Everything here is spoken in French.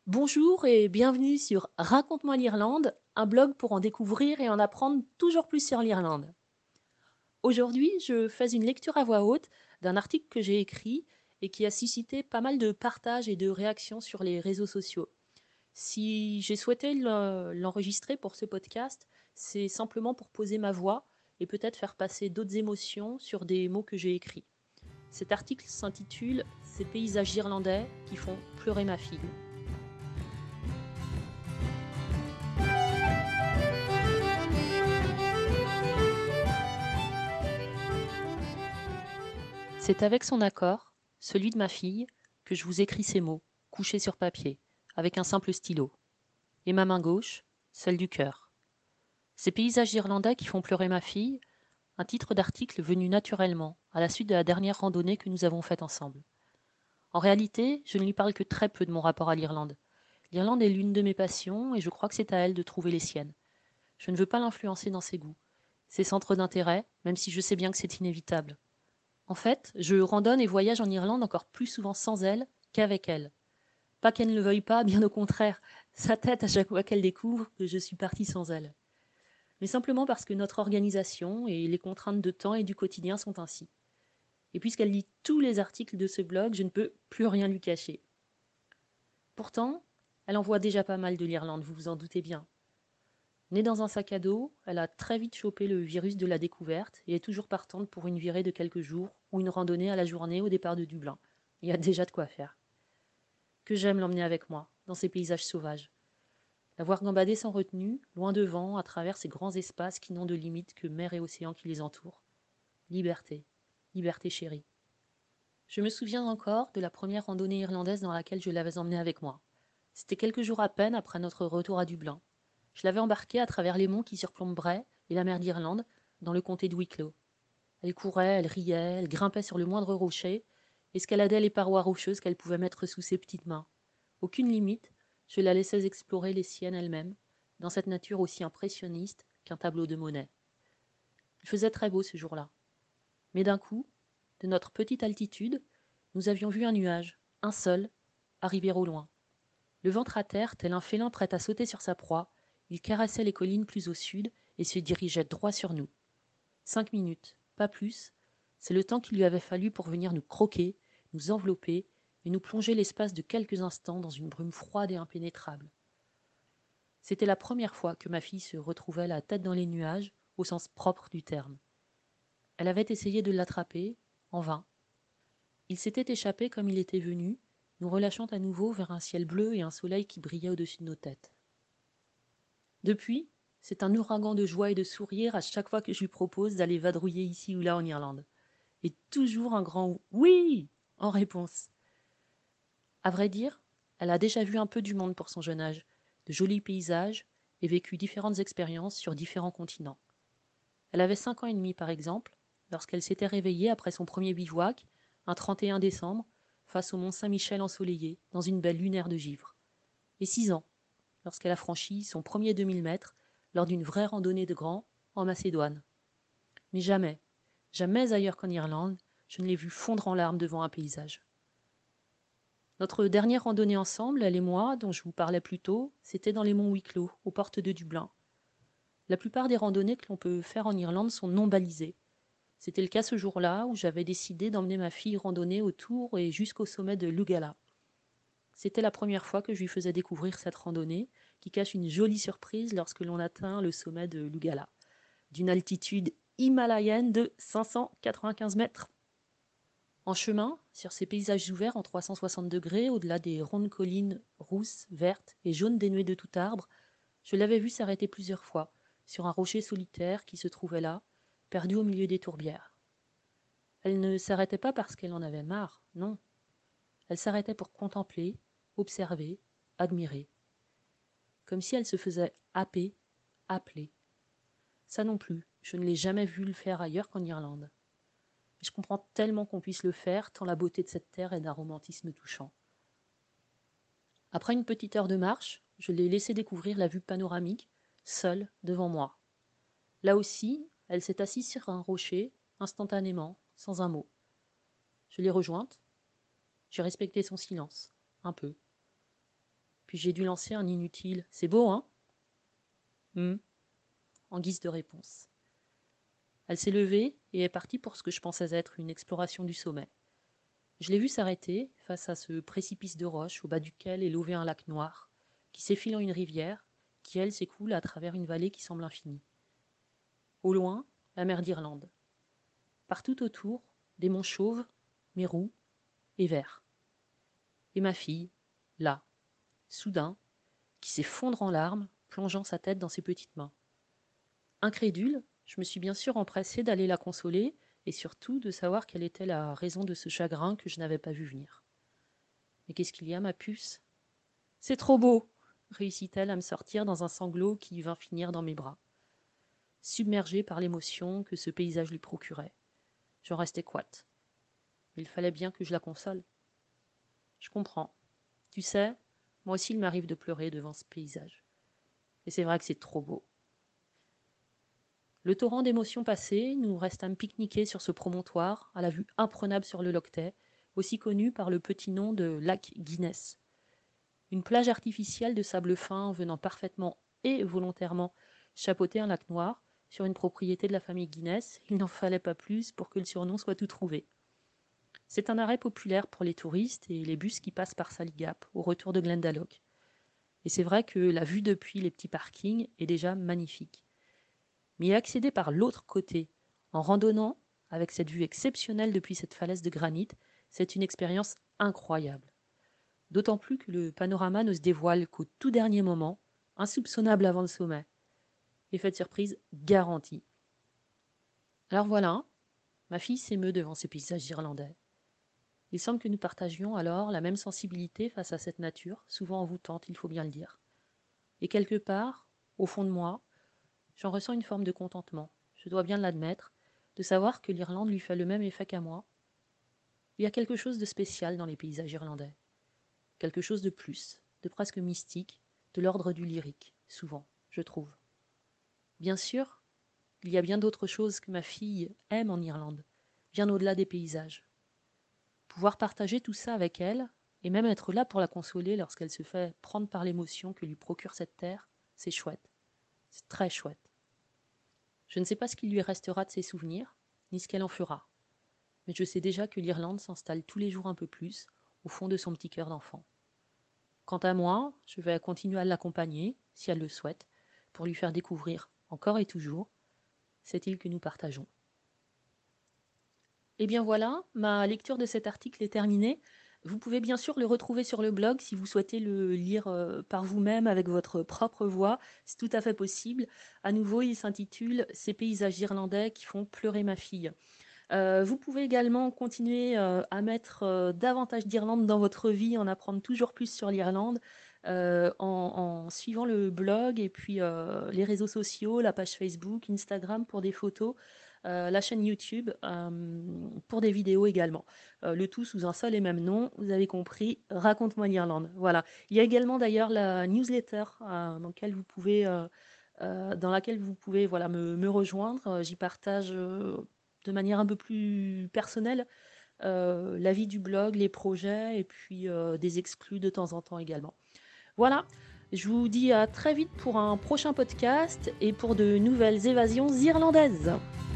Bonjour et bienvenue sur Raconte-moi l'Irlande, un blog pour en découvrir et en apprendre toujours plus sur l'Irlande. Aujourd'hui, je fais une lecture à voix haute d'un article que j'ai écrit et qui a suscité pas mal de partages et de réactions sur les réseaux sociaux. Si j'ai souhaité l'enregistrer pour ce podcast, c'est simplement pour poser ma voix et peut-être faire passer d'autres émotions sur des mots que j'ai écrits. Cet article s'intitule Ces paysages irlandais qui font pleurer ma fille. C'est avec son accord, celui de ma fille, que je vous écris ces mots, couchés sur papier, avec un simple stylo. Et ma main gauche, celle du cœur. Ces paysages irlandais qui font pleurer ma fille, un titre d'article venu naturellement, à la suite de la dernière randonnée que nous avons faite ensemble. En réalité, je ne lui parle que très peu de mon rapport à l'Irlande. L'Irlande est l'une de mes passions et je crois que c'est à elle de trouver les siennes. Je ne veux pas l'influencer dans ses goûts, ses centres d'intérêt, même si je sais bien que c'est inévitable. En fait, je randonne et voyage en Irlande encore plus souvent sans elle qu'avec elle. Pas qu'elle ne le veuille pas, bien au contraire, sa tête à chaque fois qu'elle découvre que je suis partie sans elle. Mais simplement parce que notre organisation et les contraintes de temps et du quotidien sont ainsi. Et puisqu'elle lit tous les articles de ce blog, je ne peux plus rien lui cacher. Pourtant, elle en voit déjà pas mal de l'Irlande, vous vous en doutez bien. Née dans un sac à dos, elle a très vite chopé le virus de la découverte et est toujours partante pour une virée de quelques jours ou une randonnée à la journée au départ de Dublin. Il y a déjà de quoi faire. Que j'aime l'emmener avec moi, dans ces paysages sauvages. La voir gambader sans retenue, loin devant, à travers ces grands espaces qui n'ont de limite que mer et océan qui les entourent. Liberté, liberté chérie. Je me souviens encore de la première randonnée irlandaise dans laquelle je l'avais emmenée avec moi. C'était quelques jours à peine après notre retour à Dublin. Je l'avais embarquée à travers les monts qui surplombent Bray et la mer d'Irlande, dans le comté de Wicklow. Elle courait, elle riait, elle grimpait sur le moindre rocher, escaladait les parois rocheuses qu'elle pouvait mettre sous ses petites mains. Aucune limite, je la laissais explorer les siennes elle-même, dans cette nature aussi impressionniste qu'un tableau de Monet. Il faisait très beau ce jour-là. Mais d'un coup, de notre petite altitude, nous avions vu un nuage, un seul, arriver au loin. Le ventre à terre, tel un félin prêt à sauter sur sa proie, il caressait les collines plus au sud et se dirigeait droit sur nous. 5 minutes, pas plus, c'est le temps qu'il lui avait fallu pour venir nous croquer, nous envelopper et nous plonger l'espace de quelques instants dans une brume froide et impénétrable. C'était la première fois que ma fille se retrouvait la tête dans les nuages, au sens propre du terme. Elle avait essayé de l'attraper, en vain. Il s'était échappé comme il était venu, nous relâchant à nouveau vers un ciel bleu et un soleil qui brillait au-dessus de nos têtes. Depuis, c'est un ouragan de joie et de sourire à chaque fois que je lui propose d'aller vadrouiller ici ou là en Irlande. Et toujours un grand oui en réponse. À vrai dire, elle a déjà vu un peu du monde pour son jeune âge, de jolis paysages et vécu différentes expériences sur différents continents. Elle avait 5 ans et demi par exemple, lorsqu'elle s'était réveillée après son premier bivouac, un 31 décembre, face au mont Saint-Michel ensoleillé, dans une belle lunaire de givre. Et 6 ans, lorsqu'elle a franchi son premier 2000 mètres lors d'une vraie randonnée de grand en Macédoine. Mais jamais, jamais ailleurs qu'en Irlande, je ne l'ai vue fondre en larmes devant un paysage. Notre dernière randonnée ensemble, elle et moi, dont je vous parlais plus tôt, c'était dans les monts Wicklow, aux portes de Dublin. La plupart des randonnées que l'on peut faire en Irlande sont non balisées. C'était le cas ce jour-là où j'avais décidé d'emmener ma fille randonner autour et jusqu'au sommet de Lugala. C'était la première fois que je lui faisais découvrir cette randonnée qui cache une jolie surprise lorsque l'on atteint le sommet de Lugala, d'une altitude himalayenne de 595 mètres. En chemin, sur ces paysages ouverts en 360 degrés, au-delà des rondes collines rousses, vertes et jaunes dénuées de tout arbre, je l'avais vue s'arrêter plusieurs fois, sur un rocher solitaire qui se trouvait là, perdu au milieu des tourbières. Elle ne s'arrêtait pas parce qu'elle en avait marre, non. Elle s'arrêtait pour contempler, observer, admirer. Comme si elle se faisait happer, appeler. Ça non plus, je ne l'ai jamais vu le faire ailleurs qu'en Irlande. Mais je comprends tellement qu'on puisse le faire, tant la beauté de cette terre est d'un romantisme touchant. Après une petite heure de marche, je l'ai laissé découvrir la vue panoramique, seule, devant moi. Là aussi, elle s'est assise sur un rocher, instantanément, sans un mot. Je l'ai rejointe, j'ai respecté son silence, un peu. Puis j'ai dû lancer un inutile « C'est beau, hein ?» en guise de réponse. Elle s'est levée et est partie pour ce que je pensais être une exploration du sommet. Je l'ai vue s'arrêter face à ce précipice de roche au bas duquel est lové un lac noir, qui s'effile en une rivière, qui elle s'écoule à travers une vallée qui semble infinie. Au loin, la mer d'Irlande. Partout autour, des monts chauves, mais roux et verts. Et ma fille, là, soudain, qui s'effondre en larmes, plongeant sa tête dans ses petites mains. Incrédule, je me suis bien sûr empressée d'aller la consoler et surtout de savoir quelle était la raison de ce chagrin que je n'avais pas vu venir. « Mais qu'est-ce qu'il y a, ma puce ? » ?»« C'est trop beau !» réussit-elle à me sortir dans un sanglot qui vint finir dans mes bras. Submergée par l'émotion que ce paysage lui procurait. J'en restais coite. Mais il fallait bien que je la console. Je comprends. Tu sais, moi aussi il m'arrive de pleurer devant ce paysage. Et c'est vrai que c'est trop beau. Le torrent d'émotions passé, nous restâmes pique-niquer sur ce promontoire, à la vue imprenable sur le Loch Tay, aussi connu par le petit nom de lac Guinness. Une plage artificielle de sable fin venant parfaitement et volontairement chapeauter un lac noir sur une propriété de la famille Guinness, il n'en fallait pas plus pour que le surnom soit tout trouvé. C'est un arrêt populaire pour les touristes et les bus qui passent par Sally Gap au retour de Glendalough. Et c'est vrai que la vue depuis les petits parkings est déjà magnifique. Mais y accéder par l'autre côté, en randonnant, avec cette vue exceptionnelle depuis cette falaise de granit, c'est une expérience incroyable. D'autant plus que le panorama ne se dévoile qu'au tout dernier moment, insoupçonnable avant le sommet. Effet de surprise garanti. Alors voilà, ma fille s'émeut devant ces paysages irlandais. Il semble que nous partagions alors la même sensibilité face à cette nature, souvent envoûtante, il faut bien le dire. Et quelque part, au fond de moi, j'en ressens une forme de contentement, je dois bien l'admettre, de savoir que l'Irlande lui fait le même effet qu'à moi. Il y a quelque chose de spécial dans les paysages irlandais. Quelque chose de plus, de presque mystique, de l'ordre du lyrique, souvent, je trouve. Bien sûr, il y a bien d'autres choses que ma fille aime en Irlande, bien au-delà des paysages. Pouvoir partager tout ça avec elle, et même être là pour la consoler lorsqu'elle se fait prendre par l'émotion que lui procure cette terre, c'est chouette. C'est très chouette. Je ne sais pas ce qu'il lui restera de ses souvenirs, ni ce qu'elle en fera. Mais je sais déjà que l'Irlande s'installe tous les jours un peu plus au fond de son petit cœur d'enfant. Quant à moi, je vais continuer à l'accompagner, si elle le souhaite, pour lui faire découvrir, encore et toujours, cette île que nous partageons. Et bien voilà, ma lecture de cet article est terminée. Vous pouvez bien sûr le retrouver sur le blog si vous souhaitez le lire par vous-même avec votre propre voix. C'est tout à fait possible. À nouveau, il s'intitule « Ces paysages irlandais qui font pleurer ma fille ». Vous pouvez également continuer à mettre davantage d'Irlande dans votre vie, en apprendre toujours plus sur l'Irlande, en suivant le blog et puis les réseaux sociaux, la page Facebook, Instagram pour des photos, la chaîne YouTube pour des vidéos également. Le tout sous un seul et même nom, vous avez compris, Raconte-moi l'Irlande. Voilà. Il y a également d'ailleurs la newsletter dans laquelle vous pouvez voilà, me rejoindre. J'y partage de manière un peu plus personnelle la vie du blog, les projets et puis des exclus de temps en temps également. Voilà, je vous dis à très vite pour un prochain podcast et pour de nouvelles évasions irlandaises.